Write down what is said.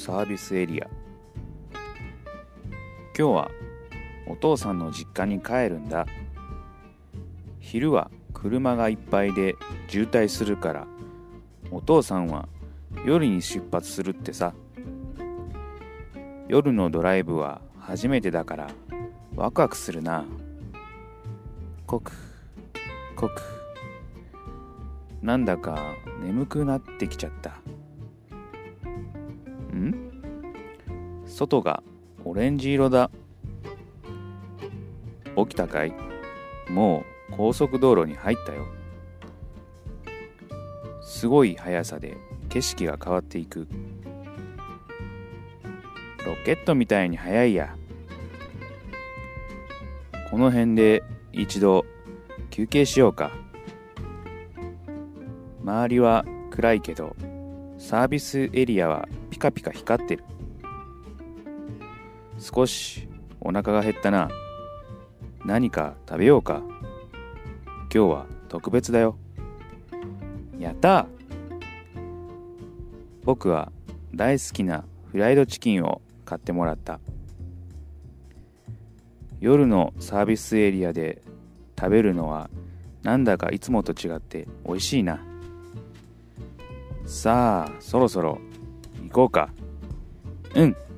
サービスエリア。今日はお父さんの実家に帰るんだ。昼は車がいっぱいで渋滞するから、お父さんは夜に出発するってさ。夜のドライブは初めてだからワクワクするな。コクコク。なんだか眠くなってきちゃった。外がオレンジ色だ。起きたかい？もう高速道路に入ったよ。すごい速さで景色が変わっていく。ロケットみたいに速いや。この辺で一度休憩しようか。周りは暗いけどサービスエリアはピカピカ光ってる。少しお腹が減ったな。何か食べようか。今日は特別だよ。やったー。僕は大好きなフライドチキンを買ってもらった。夜のサービスエリアで食べるのはなんだかいつもと違って美味しいな。さあ、そろそろ行こうか。うん。